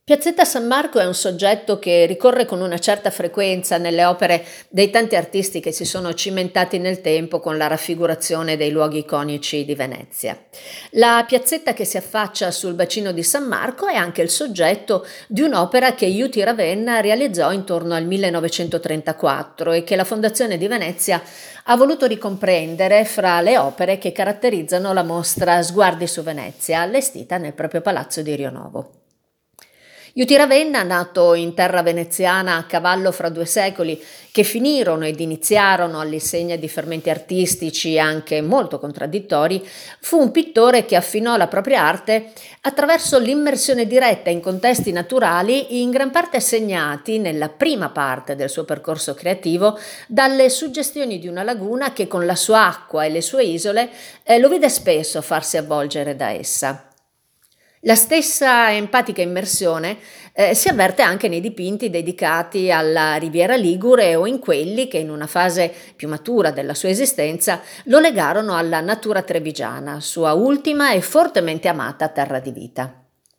Piazzetta San Marco è un soggetto che ricorre con una certa frequenza nelle opere dei tanti artisti che si sono cimentati nel tempo con la raffigurazione dei luoghi iconici di Venezia. La piazzetta che si affaccia sul bacino di San Marco è anche il soggetto di un'opera che Juti Ravenna realizzò intorno al 1934 e che la Fondazione di Venezia ha voluto ricomprendere fra le opere che caratterizzano la mostra Sguardi su Venezia, allestita nel proprio palazzo di Rionovo. Juti Ravenna, nato in terra veneziana a cavallo fra due secoli che finirono ed iniziarono all'insegna di fermenti artistici anche molto contraddittori, fu un pittore che affinò la propria arte attraverso l'immersione diretta in contesti naturali in gran parte segnati, nella prima parte del suo percorso creativo, dalle suggestioni di una laguna che con la sua acqua e le sue isole lo vide spesso farsi avvolgere da essa. La stessa empatica immersione si avverte anche nei dipinti dedicati alla Riviera Ligure o in quelli che in una fase più matura della sua esistenza lo legarono alla natura trevigiana, sua ultima e fortemente amata terra di vita.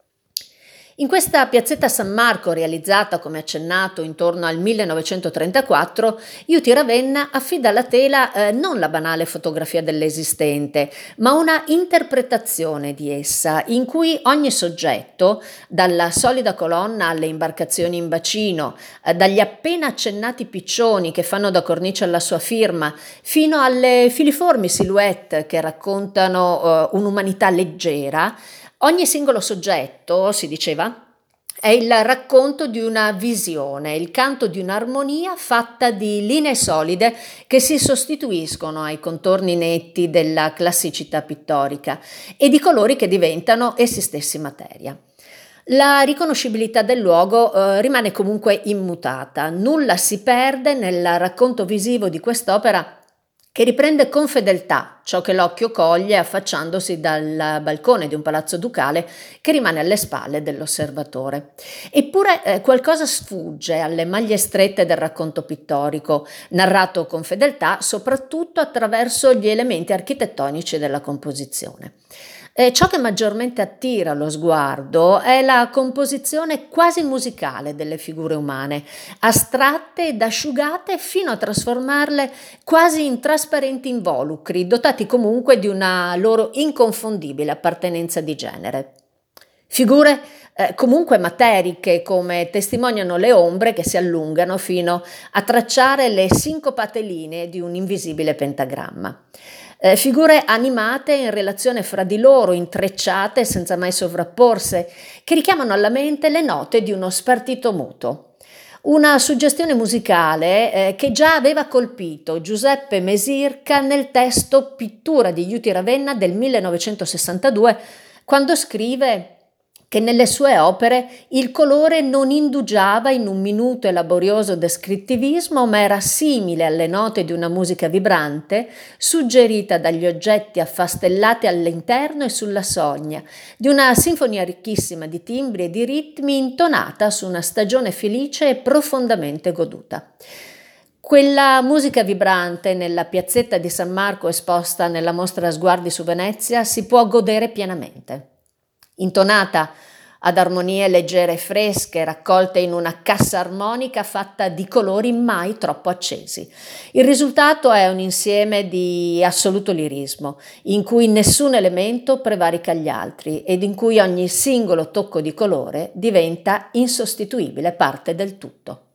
In questa piazzetta San Marco, realizzata come accennato intorno al 1934, Juti Ravenna affida alla tela non la banale fotografia dell'esistente, ma una interpretazione di essa, in cui ogni soggetto, dalla solida colonna alle imbarcazioni in bacino, dagli appena accennati piccioni che fanno da cornice alla sua firma, fino alle filiformi silhouette che raccontano un'umanità leggera. Ogni singolo soggetto, si diceva, è il racconto di una visione, il canto di un'armonia fatta di linee solide che si sostituiscono ai contorni netti della classicità pittorica e di colori che diventano essi stessi materia. La riconoscibilità del luogo rimane comunque immutata, nulla si perde nel racconto visivo di quest'opera che riprende con fedeltà ciò che l'occhio coglie affacciandosi dal balcone di un palazzo ducale che rimane alle spalle dell'osservatore. Eppure qualcosa sfugge alle maglie strette del racconto pittorico, narrato con fedeltà soprattutto attraverso gli elementi architettonici della composizione. Ciò che maggiormente attira lo sguardo è la composizione quasi musicale delle figure umane, astratte ed asciugate fino a trasformarle quasi in trasparenti involucri, dotati comunque di una loro inconfondibile appartenenza di genere. Figure comunque materiche, come testimoniano le ombre che si allungano fino a tracciare le sincopate linee di un invisibile pentagramma. Figure animate in relazione fra di loro, intrecciate senza mai sovrapporsi, che richiamano alla mente le note di uno spartito muto. Una suggestione musicale che già aveva colpito Giuseppe Mesirca nel testo Pittura di Juti Ravenna del 1962, quando scrive che nelle sue opere il colore non indugiava in un minuto e laborioso descrittivismo, ma era simile alle note di una musica vibrante, suggerita dagli oggetti affastellati all'interno e sulla soglia, di una sinfonia ricchissima di timbri e di ritmi intonata su una stagione felice e profondamente goduta. Quella musica vibrante nella piazzetta di San Marco esposta nella mostra Sguardi su Venezia si può godere pienamente. Intonata ad armonie leggere e fresche, raccolte in una cassa armonica fatta di colori mai troppo accesi. Il risultato è un insieme di assoluto lirismo, in cui nessun elemento prevarica gli altri ed in cui ogni singolo tocco di colore diventa insostituibile parte del tutto.